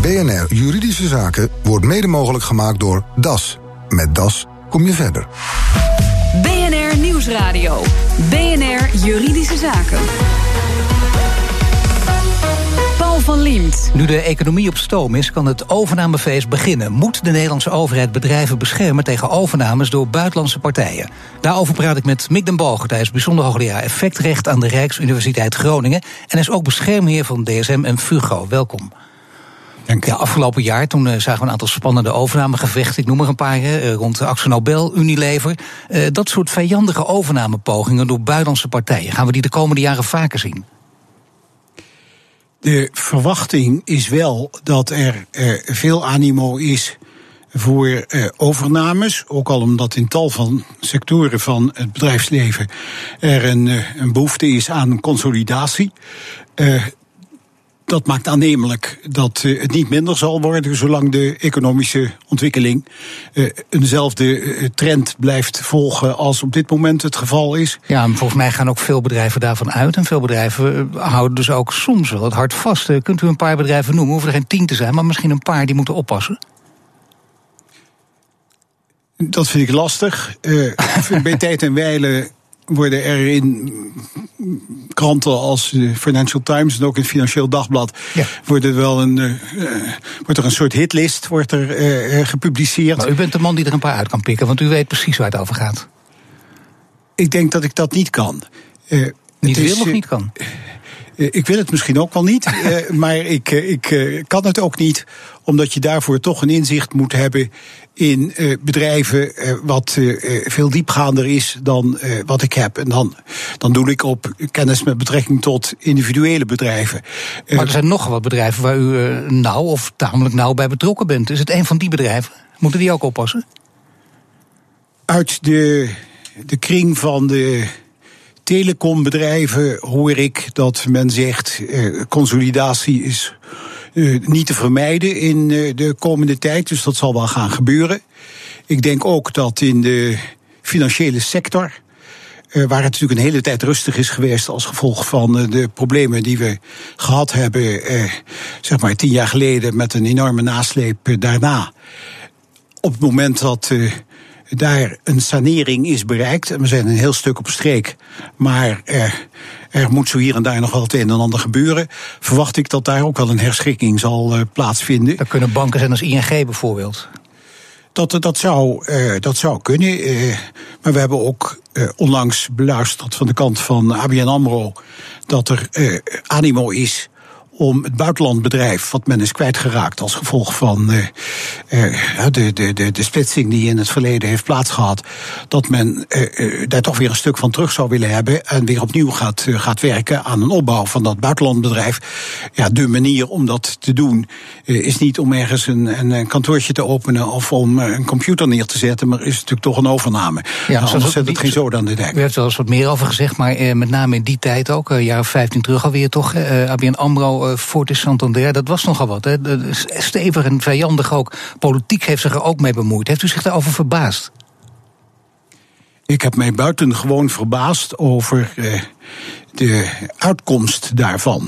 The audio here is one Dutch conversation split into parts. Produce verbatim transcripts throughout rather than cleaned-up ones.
B N R Juridische Zaken wordt mede mogelijk gemaakt door D A S. Met D A S kom je verder. B N R Nieuwsradio. B N R Juridische Zaken. Paul van Liemt. Nu de economie op stoom is, kan het overnamefeest beginnen. Moet de Nederlandse overheid bedrijven beschermen tegen overnames door buitenlandse partijen? Daarover praat ik met Mick den Boogert. Hij is bijzonder hoogleraar effectrecht aan de Rijksuniversiteit Groningen en is ook beschermheer van D S M en Fugro. Welkom. Dank. Ja, afgelopen jaar toen uh, zagen we een aantal spannende overnamegevechten. Ik noem er een paar, uh, rond AkzoNobel, Unilever. Uh, dat soort vijandige overnamepogingen door buitenlandse partijen. Gaan we die de komende jaren vaker zien? De verwachting is wel dat er uh, veel animo is voor uh, overnames. Ook al omdat in tal van sectoren van het bedrijfsleven er een, uh, een behoefte is aan consolidatie. Uh, Dat maakt aannemelijk dat uh, het niet minder zal worden zolang de economische ontwikkeling uh, eenzelfde uh, trend blijft volgen als op dit moment het geval is. Ja, maar volgens mij gaan ook veel bedrijven daarvan uit. En veel bedrijven uh, houden dus ook soms wel het hart vast. Uh, kunt u een paar bedrijven noemen? Hoeven er geen tien te zijn, maar misschien een paar die moeten oppassen. Dat vind ik lastig. Uh, bij tijd en wijle worden er in kranten als de Financial Times en ook in het Financieel Dagblad ja. wordt er wel een, uh, wordt er een soort hitlist wordt er, uh, gepubliceerd. Maar u bent de man die er een paar uit kan pikken, want u weet precies waar het over gaat. Ik denk dat ik dat niet kan. Uh, niet wil is, of niet kan? Uh, ik wil het misschien ook wel niet, uh, maar ik, uh, ik uh, kan het ook niet, omdat je daarvoor toch een inzicht moet hebben in uh, bedrijven uh, wat uh, veel diepgaander is dan uh, wat ik heb. En dan, dan doe ik op kennis met betrekking tot individuele bedrijven. Uh, maar er zijn nog wat bedrijven waar u uh, nauw of tamelijk nauw bij betrokken bent. Is het een van die bedrijven? Moeten die ook oppassen? Uit de, de kring van de telecombedrijven hoor ik dat men zegt uh, consolidatie is Uh, niet te vermijden in uh, de komende tijd, dus dat zal wel gaan gebeuren. Ik denk ook dat in de financiële sector, uh, waar het natuurlijk een hele tijd rustig is geweest als gevolg van uh, de problemen die we gehad hebben, uh, zeg maar tien jaar geleden met een enorme nasleep uh, daarna. Op het moment dat uh, daar een sanering is bereikt, en we zijn een heel stuk op streek, maar uh, er moet zo hier en daar nog wel het een en ander gebeuren, verwacht ik dat daar ook wel een herschikking zal uh, plaatsvinden. Dat kunnen banken zijn als I N G bijvoorbeeld. Dat, dat, zou, uh, dat zou kunnen. Uh, maar we hebben ook uh, onlangs beluisterd van de kant van A B N AMRO dat er uh, animo is om het buitenlandbedrijf, wat men is kwijtgeraakt als gevolg van uh, uh, de, de, de, de splitsing die in het verleden heeft plaatsgehad, dat men uh, uh, daar toch weer een stuk van terug zou willen hebben en weer opnieuw gaat, uh, gaat werken aan een opbouw van dat buitenlandbedrijf. Ja, de manier om dat te doen uh, is niet om ergens een, een, een kantoortje te openen of om uh, een computer neer te zetten, maar is natuurlijk toch een overname. Ja, nou, anders zet het geen zoden aan de dijk. U heeft er wel eens wat meer over gezegd, maar uh, met name in die tijd ook, een uh, jaar of vijftien terug alweer toch, uh, A B N AMRO, Fortis Santander, dat was nogal wat. Hè? Stevig en vijandig ook. Politiek heeft zich er ook mee bemoeid. Heeft u zich daarover verbaasd? Ik heb mij buitengewoon verbaasd over uh, de uitkomst daarvan.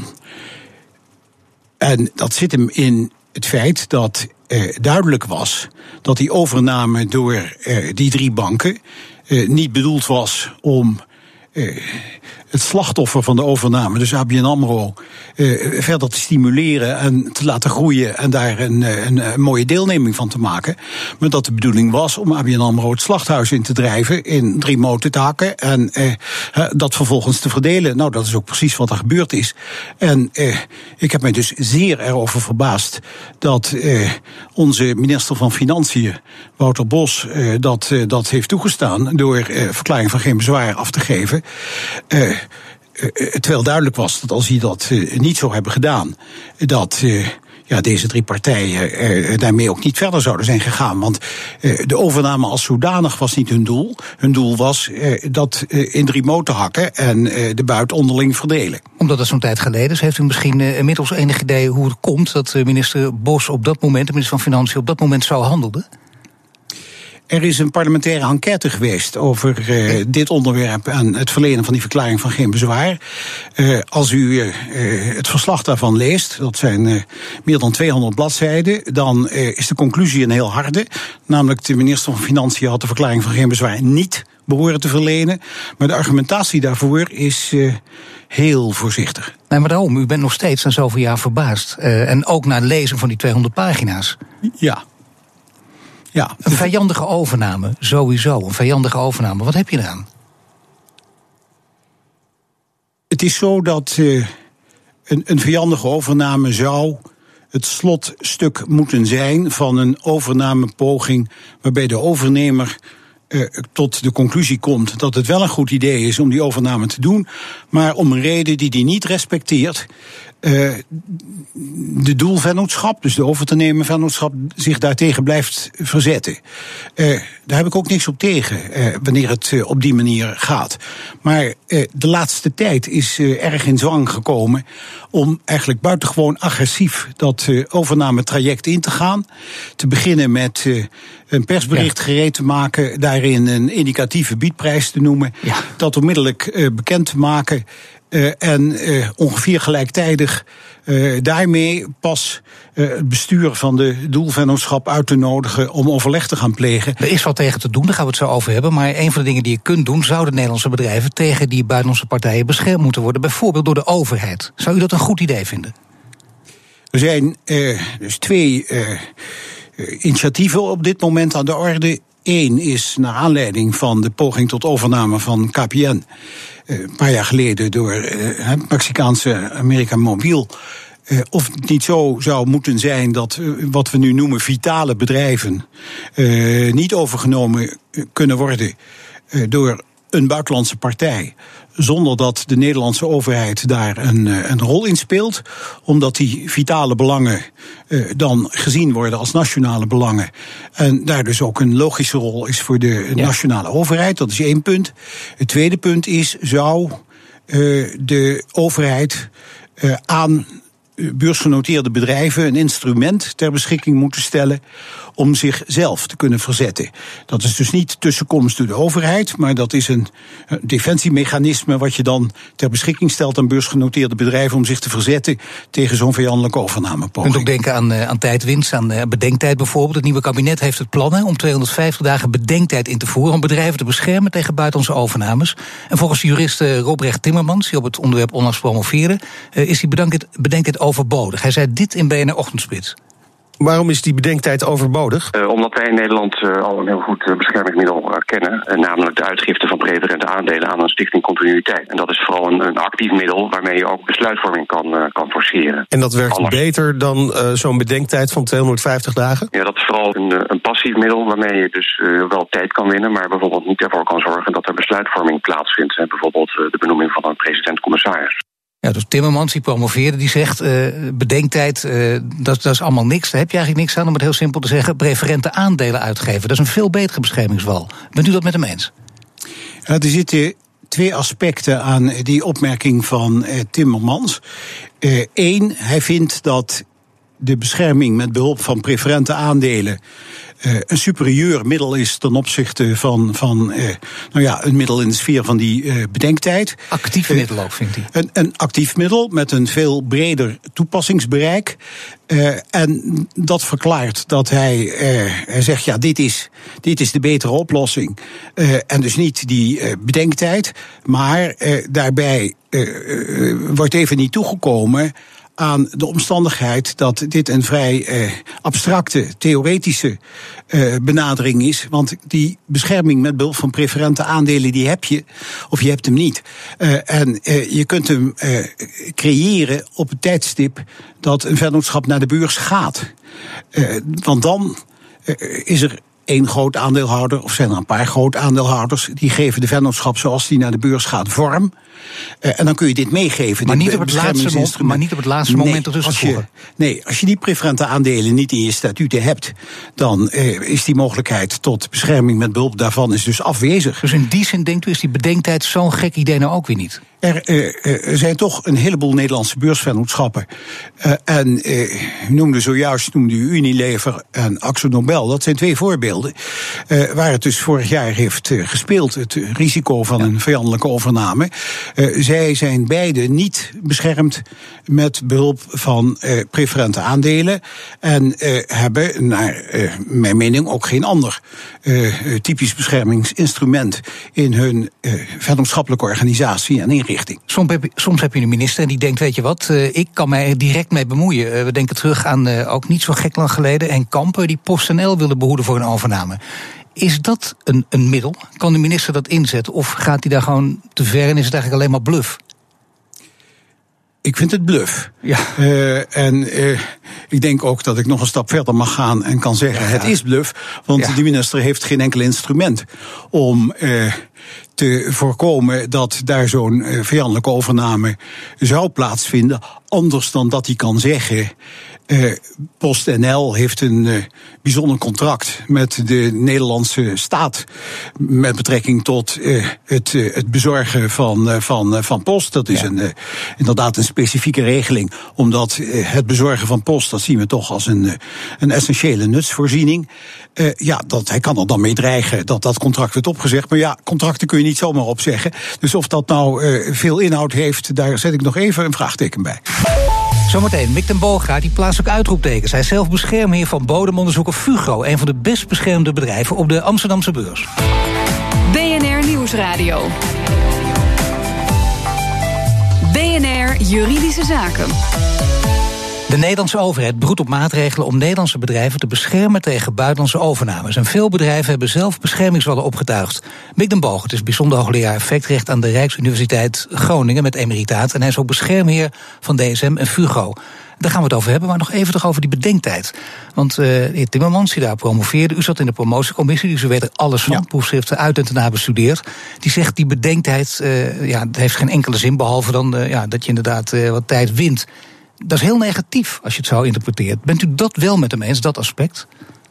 En dat zit hem in het feit dat uh, duidelijk was dat die overname door uh, die drie banken uh, niet bedoeld was om Uh, het slachtoffer van de overname, dus A B N AMRO, uh, verder te stimuleren en te laten groeien en daar een, een, een mooie deelneming van te maken. Maar dat de bedoeling was om A B N AMRO het slachthuis in te drijven in drie motortaken en uh, dat vervolgens te verdelen. Nou, dat is ook precies wat er gebeurd is. En uh, ik heb mij dus zeer erover verbaasd dat uh, onze minister van Financiën, Wouter Bos, uh, dat, uh, dat heeft toegestaan door uh, verklaring van geen bezwaar af te geven. Uh, uh, terwijl duidelijk was dat als hij dat uh, niet zou hebben gedaan, dat uh, ja, deze drie partijen uh, daarmee ook niet verder zouden zijn gegaan. Want uh, de overname als zodanig was niet hun doel. Hun doel was uh, dat uh, in drie moten hakken en uh, de buit onderling verdelen. Omdat het zo'n tijd geleden is, heeft u misschien uh, inmiddels enig idee hoe het komt dat uh, minister Bos op dat moment, de minister van Financiën, op dat moment zo handelde? Er is een parlementaire enquête geweest over uh, dit onderwerp en het verlenen van die verklaring van geen bezwaar. Uh, als u uh, het verslag daarvan leest, dat zijn uh, meer dan tweehonderd bladzijden, dan uh, is de conclusie een heel harde. Namelijk de minister van Financiën had de verklaring van geen bezwaar niet behoren te verlenen. Maar de argumentatie daarvoor is uh, heel voorzichtig. Nee, maar daarom, u bent nog steeds na zoveel jaar verbaasd. Uh, en ook na het lezen van die tweehonderd pagina's. Ja. Ja. Een vijandige overname, sowieso. Een vijandige overname. Wat heb je eraan? Het is zo dat uh, een, een vijandige overname zou het slotstuk moeten zijn van een overnamepoging waarbij de overnemer Uh, tot de conclusie komt dat het wel een goed idee is om die overname te doen, maar om een reden die die niet respecteert, uh, de doelvennootschap, dus de over te nemen vennootschap, zich daartegen blijft verzetten. Uh, daar heb ik ook niks op tegen, uh, wanneer het uh, op die manier gaat. Maar uh, de laatste tijd is uh, erg in zwang gekomen om eigenlijk buitengewoon agressief dat uh, overnametraject in te gaan. Te beginnen met uh, een persbericht ja. gereed te maken, daarin een indicatieve biedprijs te noemen, ja. dat onmiddellijk uh, bekend te maken uh, en uh, ongeveer gelijktijdig uh, daarmee pas uh, het bestuur van de doelvennootschap uit te nodigen om overleg te gaan plegen. Er is wat tegen te doen, daar gaan we het zo over hebben, maar een van de dingen die je kunt doen, zouden Nederlandse bedrijven tegen die buitenlandse partijen beschermd moeten worden, bijvoorbeeld door de overheid. Zou u dat een goed idee vinden? Er zijn uh, dus twee uh, initiatieven op dit moment aan de orde. Eén is naar aanleiding van de poging tot overname van K P N uh, een paar jaar geleden door uh, het Mexicaanse America Mobiel. Uh, of het niet zo zou moeten zijn dat uh, wat we nu noemen vitale bedrijven uh, niet overgenomen kunnen worden uh, door een buitenlandse partij, zonder dat de Nederlandse overheid daar een, een rol in speelt, omdat die vitale belangen uh, dan gezien worden als nationale belangen. En daar dus ook een logische rol is voor de ja. nationale overheid. Dat is één punt. Het tweede punt is, zou uh, de overheid uh, aan beursgenoteerde bedrijven een instrument ter beschikking moeten stellen om zichzelf te kunnen verzetten. Dat is dus niet tussenkomst door de overheid, maar dat is een defensiemechanisme wat je dan ter beschikking stelt aan beursgenoteerde bedrijven om zich te verzetten tegen zo'n vijandelijke overnamepoging. Je kunt ook denken aan, uh, aan tijdwinst, aan uh, bedenktijd bijvoorbeeld. Het nieuwe kabinet heeft het plan om tweehonderdvijftig dagen bedenktijd in te voeren om bedrijven te beschermen tegen buitenlandse overnames. En volgens jurist uh, Robrecht Timmermans, die op het onderwerp onlangs promoveerde, uh, is die bedenktijd, bedenktijd overbodig. Hij zei dit in B N R Ochtendspits. Waarom is die bedenktijd overbodig? Uh, omdat wij in Nederland uh, al een heel goed uh, beschermingsmiddel uh, kennen. Uh, namelijk de uitgifte van preferente aandelen aan een stichting continuïteit. En dat is vooral een, een actief middel waarmee je ook besluitvorming kan, uh, kan forceren. En dat werkt Anders. beter dan uh, zo'n bedenktijd van tweehonderdvijftig dagen? Ja, dat is vooral een, een passief middel waarmee je dus uh, wel tijd kan winnen, maar bijvoorbeeld niet ervoor kan zorgen dat er besluitvorming plaatsvindt. Uh, bijvoorbeeld uh, de benoeming van een president-commissaris. Ja, dus Timmermans, die promoveerde, die zegt, uh, bedenktijd, uh, dat, dat is allemaal niks. Daar heb je eigenlijk niks aan, om het heel simpel te zeggen, preferente aandelen uitgeven. Dat is een veel betere beschermingswal. Bent u dat met hem eens? Ja, er zitten twee aspecten aan die opmerking van uh, Timmermans. Eén, uh, hij vindt dat de bescherming met behulp van preferente aandelen Uh, een superieur middel is ten opzichte van, van uh, nou ja, een middel in de sfeer van die uh, bedenktijd. Actief uh, middel ook, vindt hij. Een, een actief middel met een veel breder toepassingsbereik. Uh, en dat verklaart dat hij, uh, hij zegt, ja, dit is, dit is de betere oplossing. Uh, en dus niet die uh, bedenktijd. Maar uh, daarbij uh, uh, wordt even niet toegekomen aan de omstandigheid dat dit een vrij eh, abstracte, theoretische eh, benadering is. Want die bescherming met behulp van preferente aandelen, die heb je, of je hebt hem niet. Uh, en uh, je kunt hem uh, creëren op het tijdstip dat een vennootschap naar de beurs gaat. Uh, want dan uh, is er één groot aandeelhouder, of zijn er een paar groot aandeelhouders, die geven de vennootschap zoals die naar de beurs gaat vorm. Uh, en dan kun je dit meegeven. Maar, dit niet op, het laatste moment, maar niet op het laatste moment nee, ertussen als je, voeren. Nee, als je die preferente aandelen niet in je statuten hebt, dan uh, is die mogelijkheid tot bescherming met behulp daarvan is dus afwezig. Dus in die zin denkt u, is die bedenktijd zo'n gek idee nou ook weer niet? Er, uh, er zijn toch een heleboel Nederlandse beursvennootschappen. Uh, en uh, u noemde zojuist noemde u Unilever en AkzoNobel. Dat zijn twee voorbeelden uh, waar het dus vorig jaar heeft uh, gespeeld. Het risico van een vijandelijke overname. Uh, zij zijn beide niet beschermd met behulp van uh, preferente aandelen. En uh, hebben, naar uh, mijn mening, ook geen ander uh, typisch beschermingsinstrument in hun uh, vennootschappelijke organisatie en inrichting. Soms heb, je, soms heb je een minister en die denkt, weet je wat, uh, ik kan mij er direct mee bemoeien. Uh, we denken terug aan, uh, ook niet zo gek lang geleden, en Kampen die PostNL wilde behoeden voor een overname. Is dat een, een middel? Kan de minister dat inzetten? Of gaat hij daar gewoon te ver en is het eigenlijk alleen maar bluff? Ik vind het bluff. Ja. Uh, en uh, ik denk ook dat ik nog een stap verder mag gaan en kan zeggen, ja, het is bluff. Want ja. de minister heeft geen enkel instrument om uh, te voorkomen dat daar zo'n uh, vijandelijke overname zou plaatsvinden. Anders dan dat hij kan zeggen, Uh, PostNL heeft een uh, bijzonder contract met de Nederlandse staat met betrekking tot uh, het, uh, het bezorgen van, uh, van, uh, van post. Dat is ja. een, uh, inderdaad een specifieke regeling, omdat uh, het bezorgen van post, dat zien we toch als een, uh, een essentiële nutsvoorziening. Uh, ja, dat, hij kan er dan mee dreigen dat dat contract wordt opgezegd. Maar ja, contracten kun je niet zomaar opzeggen. Dus of dat nou uh, veel inhoud heeft, daar zet ik nog even een vraagteken bij. Zometeen, Mick den Boogaard, die plaatst ook uitroeptekens. Hij is zelf beschermheer van bodemonderzoeker Fugro, een van de best beschermde bedrijven op de Amsterdamse beurs. B N R Nieuwsradio. B N R Juridische Zaken. De Nederlandse overheid broedt op maatregelen om Nederlandse bedrijven te beschermen tegen buitenlandse overnames. En veel bedrijven hebben zelf beschermingswallen opgetuigd. Mick den Boogaard is bijzonder hoogleraar effectrecht aan de Rijksuniversiteit Groningen met emeritaat. En hij is ook beschermheer van D S M en Fugro. Daar gaan we het over hebben, maar nog even toch over die bedenktijd. Want uh, de heer Timmermans, die daar promoveerde, u zat in de promotiecommissie, dus u weet er alles van, ja. proefschriften uit en te na bestudeerd. Die zegt, die bedenktijd, uh, ja, het heeft geen enkele zin, behalve dan uh, ja, dat je inderdaad uh, wat tijd wint. Dat is heel negatief, als je het zo interpreteert. Bent u dat wel met hem eens, dat aspect?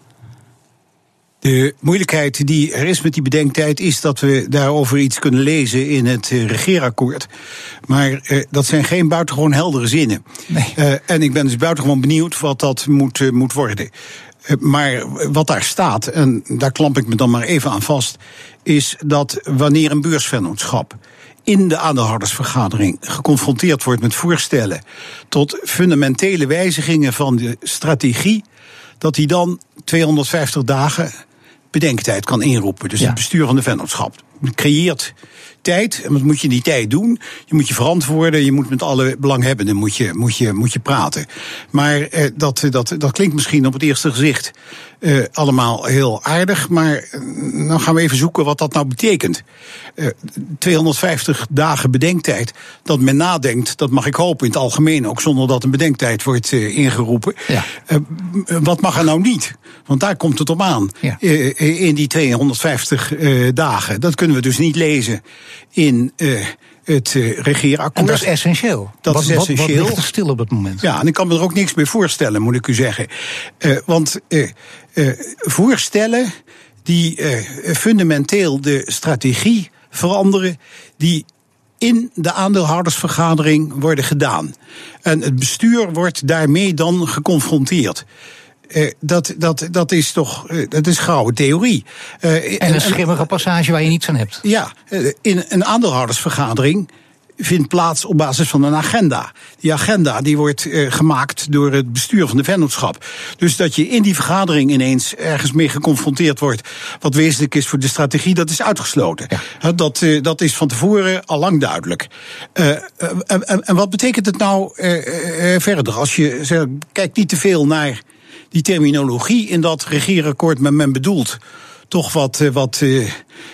De moeilijkheid die er is met die bedenktijd is dat we daarover iets kunnen lezen in het uh, regeerakkoord. Maar uh, dat zijn geen buitengewoon heldere zinnen. Nee. Uh, en ik ben dus buitengewoon benieuwd wat dat moet, uh, moet worden. Uh, maar wat daar staat, en daar klamp ik me dan maar even aan vast, is dat wanneer een beursvennootschap in de aandeelhoudersvergadering geconfronteerd wordt met voorstellen tot fundamentele wijzigingen van de strategie, dat hij dan tweehonderdvijftig dagen bedenktijd kan inroepen. Dus ja. het bestuur van de vennootschap creëert tijd. En wat moet je in die tijd doen? Je moet je verantwoorden, je moet met alle belanghebbenden moet je, moet je, moet je praten. Maar eh, dat, dat, dat klinkt misschien op het eerste gezicht uh, allemaal heel aardig, maar uh, dan gaan we even zoeken wat dat nou betekent. Uh, tweehonderdvijftig dagen bedenktijd, dat men nadenkt, dat mag ik hopen in het algemeen, ook zonder dat een bedenktijd wordt uh, ingeroepen. Ja. Uh, wat mag er nou niet? Want daar komt het op aan, ja. uh, in die tweehonderdvijftig uh, dagen. Dat kunnen we dus niet lezen in uh, het uh, regeerakkoord. En dat is essentieel. Dat wat, is essentieel. Wat, wat ligt er stil op het moment? Ja, en ik kan me er ook niks bij voorstellen, moet ik u zeggen. Uh, want uh, uh, voorstellen die uh, fundamenteel de strategie veranderen, die in de aandeelhoudersvergadering worden gedaan. En het bestuur wordt daarmee dan geconfronteerd. Uh, dat, dat, dat is toch uh, dat is gouden theorie. Uh, en een schimmige passage waar je niets aan hebt. Ja, uh, in een aandeelhoudersvergadering vindt plaats op basis van een agenda. Die agenda die wordt uh, gemaakt door het bestuur van de vennootschap. Dus dat je in die vergadering ineens ergens mee geconfronteerd wordt wat wezenlijk is voor de strategie, dat is uitgesloten. Ja. Uh, dat, uh, dat is van tevoren al lang duidelijk. Uh, uh, en, en wat betekent het nou uh, uh, verder? Als je zegt, kijk niet te veel naar die terminologie in dat regeerakkoord, met men bedoelt toch wat, wat uh,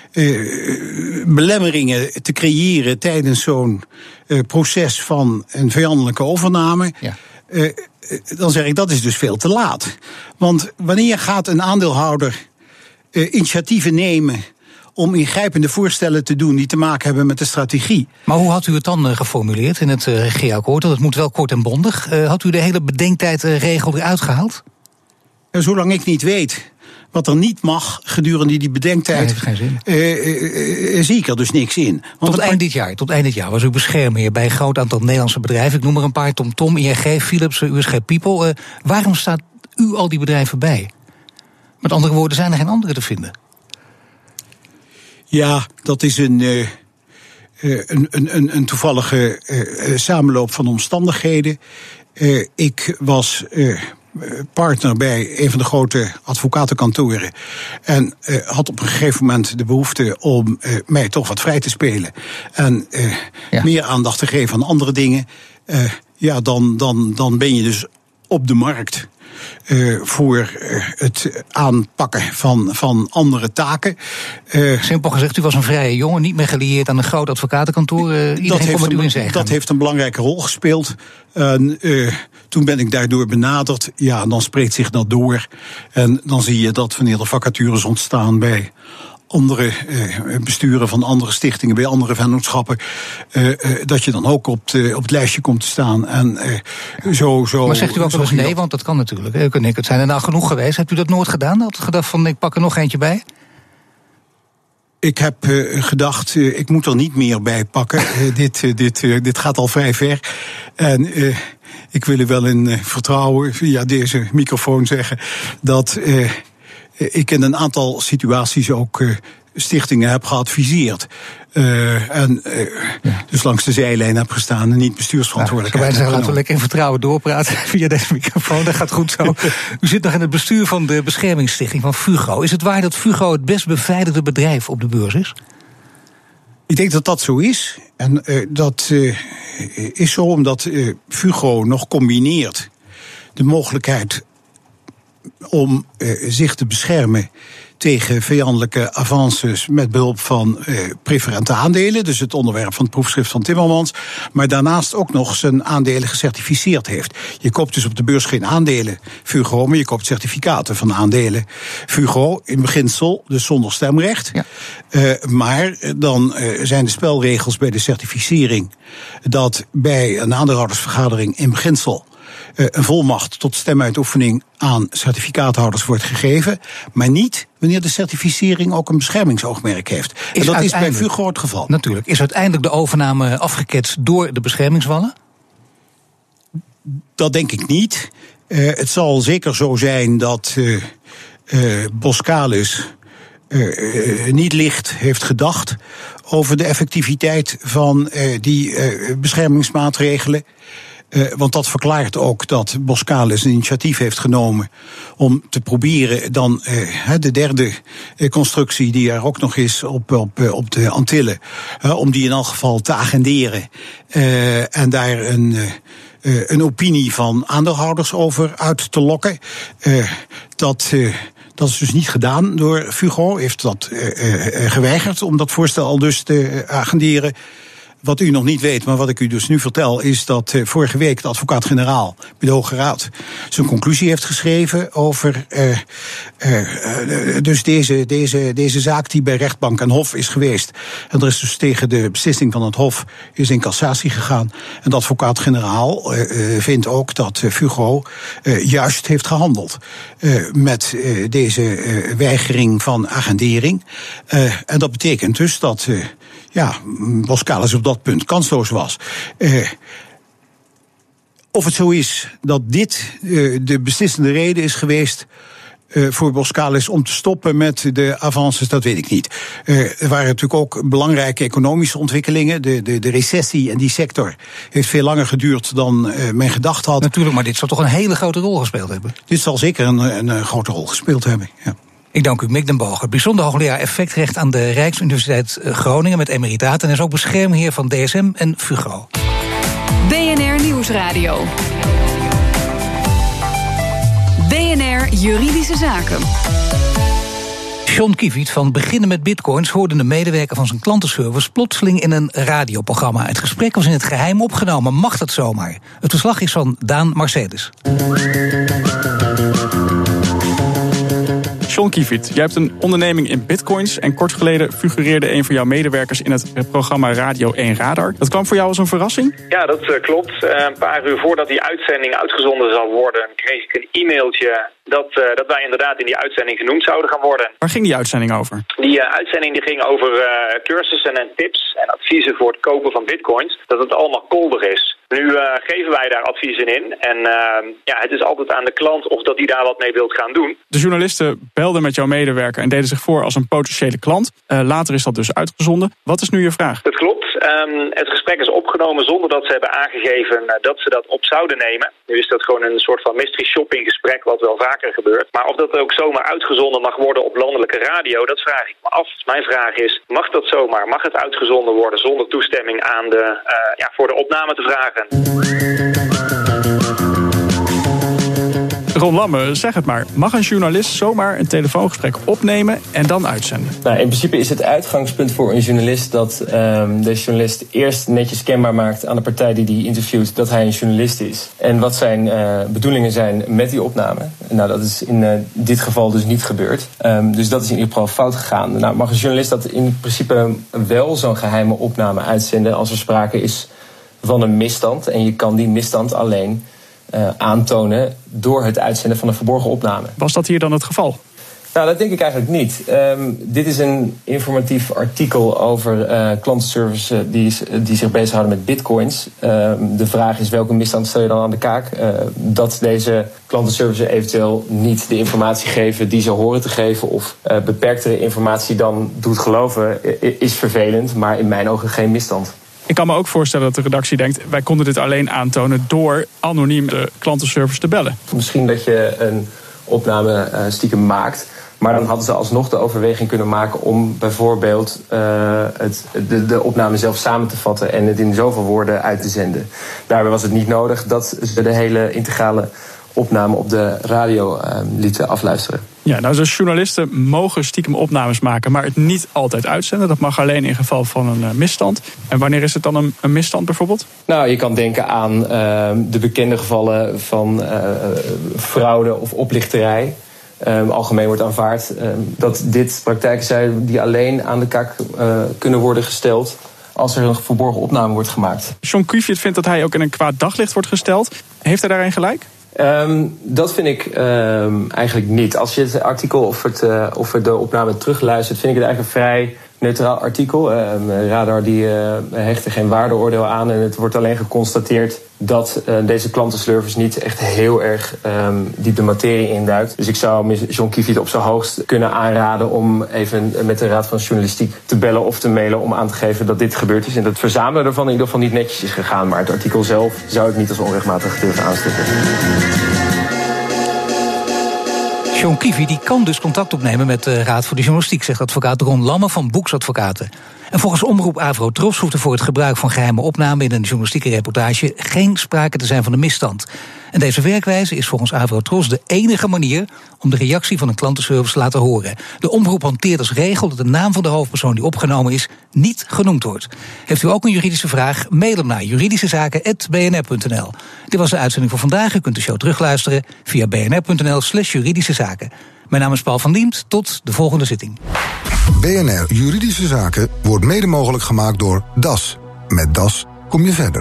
uh, belemmeringen te creëren tijdens zo'n uh, proces van een vijandelijke overname. Ja. Uh, dan zeg ik, dat is dus veel te laat. Want wanneer gaat een aandeelhouder uh, initiatieven nemen om ingrijpende voorstellen te doen die te maken hebben met de strategie? Maar hoe had u het dan uh, geformuleerd in het uh, regeerakkoord? Dat het moet wel kort en bondig. Uh, had u de hele bedenktijdregel uh, eruit gehaald? Zolang ik niet weet wat er niet mag gedurende die bedenktijd, ja, heeft geen zin. Uh, uh, uh, zie ik er dus niks in. Want tot eind dit jaar, tot eind dit jaar was u beschermheer bij een groot aantal Nederlandse bedrijven. Ik noem er een paar: TomTom, I N G, Philips, U S G People. Uh, waarom staat u al die bedrijven bij? Met andere woorden, zijn er geen andere te vinden? Ja, dat is een, uh, een, een, een toevallige uh, samenloop van omstandigheden. Uh, ik was Uh, partner bij een van de grote advocatenkantoren. En uh, had op een gegeven moment de behoefte om uh, mij toch wat vrij te spelen. En uh, ja. meer aandacht te geven aan andere dingen. Uh, ja, dan, dan, dan ben je dus op de markt Uh, voor uh, het aanpakken van, van andere taken. Uh, Simpel gezegd, u was een vrije jongen, niet meer gelieerd aan een groot advocatenkantoor. Uh, iedereen kon met u in zeggen. Dat heeft een belangrijke rol gespeeld. En uh, toen ben ik daardoor benaderd. Ja, en dan spreekt zich dat door. En dan zie je dat wanneer er vacatures ontstaan bij andere uh, besturen van andere stichtingen, bij andere vennootschappen, uh, uh, dat je dan ook op, de, op het lijstje komt te staan. En uh, zo, zo. Maar zegt u ook wel eens nee, want dat kan natuurlijk. U kunt het zijn er nou genoeg geweest. Hebt u dat nooit gedaan? Had u gedacht van, ik pak er nog eentje bij? Ik heb uh, gedacht, uh, ik moet er niet meer bij pakken. uh, dit, uh, dit, uh, dit gaat al vrij ver. En uh, ik wil u wel in uh, vertrouwen via deze microfoon zeggen dat Uh, ik in een aantal situaties ook uh, stichtingen heb geadviseerd. Uh, en uh, ja. dus langs de zijlijn heb gestaan en niet bestuursverantwoordelijkheid. Ja, laten we lekker in vertrouwen doorpraten via deze microfoon. Dat gaat goed zo. U zit nog in het bestuur van de beschermingsstichting van Fugro. Is het waar dat Fugro het best beveiligde bedrijf op de beurs is? Ik denk dat dat zo is. En uh, dat uh, is zo omdat uh, Fugro nog combineert de mogelijkheid om uh, zich te beschermen tegen vijandelijke avances met behulp van uh, preferente aandelen, dus het onderwerp van het proefschrift van Timmermans, maar daarnaast ook nog zijn aandelen gecertificeerd heeft. Je koopt dus op de beurs geen aandelen Fugro, maar je koopt certificaten van aandelen Fugro, in beginsel dus zonder stemrecht. Ja. Uh, maar dan uh, zijn de spelregels bij de certificering dat bij een aandeelhoudersvergadering in beginsel Uh, een volmacht tot stemuitoefening aan certificaathouders wordt gegeven, maar niet wanneer de certificering ook een beschermingsoogmerk heeft. Is en dat is bij Fugro het geval. Natuurlijk. Is uiteindelijk de overname afgeketst door de beschermingswallen? Dat denk ik niet. Uh, het zal zeker zo zijn dat uh, uh, Boskalis Uh, uh, niet licht heeft gedacht over de effectiviteit van uh, die uh, beschermingsmaatregelen. Uh, want dat verklaart ook dat Boskalis een initiatief heeft genomen om te proberen dan uh, de derde uh, constructie die er ook nog is op, op, uh, op de Antillen, uh, om die in elk geval te agenderen uh, en daar een Uh, Uh, een opinie van aandeelhouders over uit te lokken. Uh, dat, uh, dat is dus niet gedaan door Fugro, heeft dat uh, uh, geweigerd om dat voorstel al dus te agenderen. Wat u nog niet weet, maar wat ik u dus nu vertel, is dat uh, vorige week de advocaat-generaal bij de Hoge Raad zijn conclusie heeft geschreven over uh, uh, dus deze, deze, deze zaak die bij rechtbank en hof is geweest. En er is dus tegen de beslissing van het hof is in cassatie gegaan. En de advocaat-generaal uh, vindt ook dat uh, Fugro uh, juist heeft gehandeld uh, met uh, deze uh, weigering van agendering. Uh, en dat betekent dus dat Uh, Ja, Boskalis op dat punt kansloos was. Uh, of het zo is dat dit uh, de beslissende reden is geweest Uh, voor Boskalis om te stoppen met de avances, dat weet ik niet. Uh, er waren natuurlijk ook belangrijke economische ontwikkelingen. De, de, de recessie in die sector heeft veel langer geduurd dan uh, men gedacht had. Natuurlijk, maar dit zal toch een hele grote rol gespeeld hebben? Dit zal zeker een, een, een grote rol gespeeld hebben, ja. Ik dank u, Mick den Boger, bijzonder hoogleraar effectrecht aan de Rijksuniversiteit Groningen met emeritaat en is ook beschermheer van D S M en Fugro. B N R Nieuwsradio. B N R Juridische Zaken. John Kieviet van Beginnen met Bitcoins hoorde de medewerker van zijn klantenservice plotseling in een radioprogramma. Het gesprek was in het geheim opgenomen. Mag dat zomaar? Het verslag is van Daan Marcedes. Sean Kiefiet, jij hebt een onderneming in bitcoins en kort geleden figureerde een van jouw medewerkers in het programma Radio één Radar. Dat kwam voor jou als een verrassing? Ja, dat uh, klopt. Uh, een paar uur voordat die uitzending uitgezonden zou worden, kreeg ik een e-mailtje dat, uh, dat wij inderdaad in die uitzending genoemd zouden gaan worden. Waar ging die uitzending over? Die uh, uitzending die ging over uh, cursussen en tips en adviezen voor het kopen van bitcoins. Dat het allemaal kolder is. Nu uh, geven wij daar adviezen in. En uh, ja, het is altijd aan de klant of dat hij daar wat mee wilt gaan doen. De journalisten belden met jouw medewerker en deden zich voor als een potentiële klant. Uh, later is dat dus uitgezonden. Wat is nu je vraag? Dat klopt. Um, het gesprek is opgenomen zonder dat ze hebben aangegeven uh, dat ze dat op zouden nemen. Nu is dat gewoon een soort van mystery shopping gesprek wat wel vaker gebeurt. Maar of dat ook zomaar uitgezonden mag worden op landelijke radio, dat vraag ik me af. Mijn vraag is, mag dat zomaar? Mag het uitgezonden worden zonder toestemming aan de, uh, ja, voor de opname te vragen? Ron Lamme, zeg het maar. Mag een journalist zomaar een telefoongesprek opnemen en dan uitzenden? Nou, in principe is het uitgangspunt voor een journalist dat um, de journalist eerst netjes kenbaar maakt aan de partij die die interviewt dat hij een journalist is. En wat zijn uh, bedoelingen zijn met die opname. Nou, dat is in uh, dit geval dus niet gebeurd. Um, dus dat is in ieder geval fout gegaan. Nou, mag een journalist dat in principe wel zo'n geheime opname uitzenden als er sprake is van een misstand. En je kan die misstand alleen uh, aantonen door het uitzenden van een verborgen opname. Was dat hier dan het geval? Nou, dat denk ik eigenlijk niet. Um, dit is een informatief artikel over uh, klantenservice die, die zich bezighouden met bitcoins. Um, de vraag is welke misstand stel je dan aan de kaak? Uh, dat deze klantenservice eventueel niet de informatie geven die ze horen te geven of uh, beperktere informatie dan doet geloven is vervelend, maar in mijn ogen geen misstand. Ik kan me ook voorstellen dat de redactie denkt, wij konden dit alleen aantonen door anoniem de klantenservice te bellen. Misschien dat je een opname uh, stiekem maakt, maar dan hadden ze alsnog de overweging kunnen maken om bijvoorbeeld uh, het, de, de opname zelf samen te vatten en het in zoveel woorden uit te zenden. Daarbij was het niet nodig dat ze de hele integrale opname op de radio uh, lieten afluisteren. Ja, nou, dus journalisten mogen stiekem opnames maken, maar het niet altijd uitzenden. Dat mag alleen in geval van een uh, misstand. En wanneer is het dan een, een misstand bijvoorbeeld? Nou, je kan denken aan uh, de bekende gevallen van uh, fraude of oplichterij. Um, algemeen wordt aanvaard um, dat dit praktijken zijn die alleen aan de kaak uh, kunnen worden gesteld als er een verborgen opname wordt gemaakt. Sean Kiefiet vindt dat hij ook in een kwaad daglicht wordt gesteld. Heeft hij daarin gelijk? Um, dat vind ik um, eigenlijk niet. Als je het artikel of, het, uh, of de opname terugluistert, vind ik het eigenlijk een vrij neutraal artikel. Um, Radar die uh, hecht er geen waardeoordeel aan en het wordt alleen geconstateerd dat uh, deze klantenservice niet echt heel erg um, diep de materie induikt. Dus ik zou Sean Kiefiet op zijn hoogst kunnen aanraden om even met de Raad van Journalistiek te bellen of te mailen om aan te geven dat dit gebeurd is. En dat het verzamelen ervan in ieder geval niet netjes is gegaan. Maar het artikel zelf zou ik niet als onrechtmatig durven aansturen. Sean Kiefiet die kan dus contact opnemen met de Raad voor de Journalistiek, zegt advocaat Ron Lamme van Boeks Advocaten. En volgens omroep Avro-Tros hoeft er voor het gebruik van geheime opname in een journalistieke reportage geen sprake te zijn van een misstand. En deze werkwijze is volgens Avro-Tros de enige manier om de reactie van een klantenservice te laten horen. De omroep hanteert als regel dat de naam van de hoofdpersoon die opgenomen is niet genoemd wordt. Heeft u ook een juridische vraag? Mail hem naar juridischezaken apenstaartje b n r punt n l. Dit was de uitzending voor vandaag. U kunt de show terugluisteren via bnr.nl slash juridische zaken. Mijn naam is Paul van Diemt. Tot de volgende zitting. B N R Juridische Zaken wordt mede mogelijk gemaakt door D A S. Met D A S kom je verder.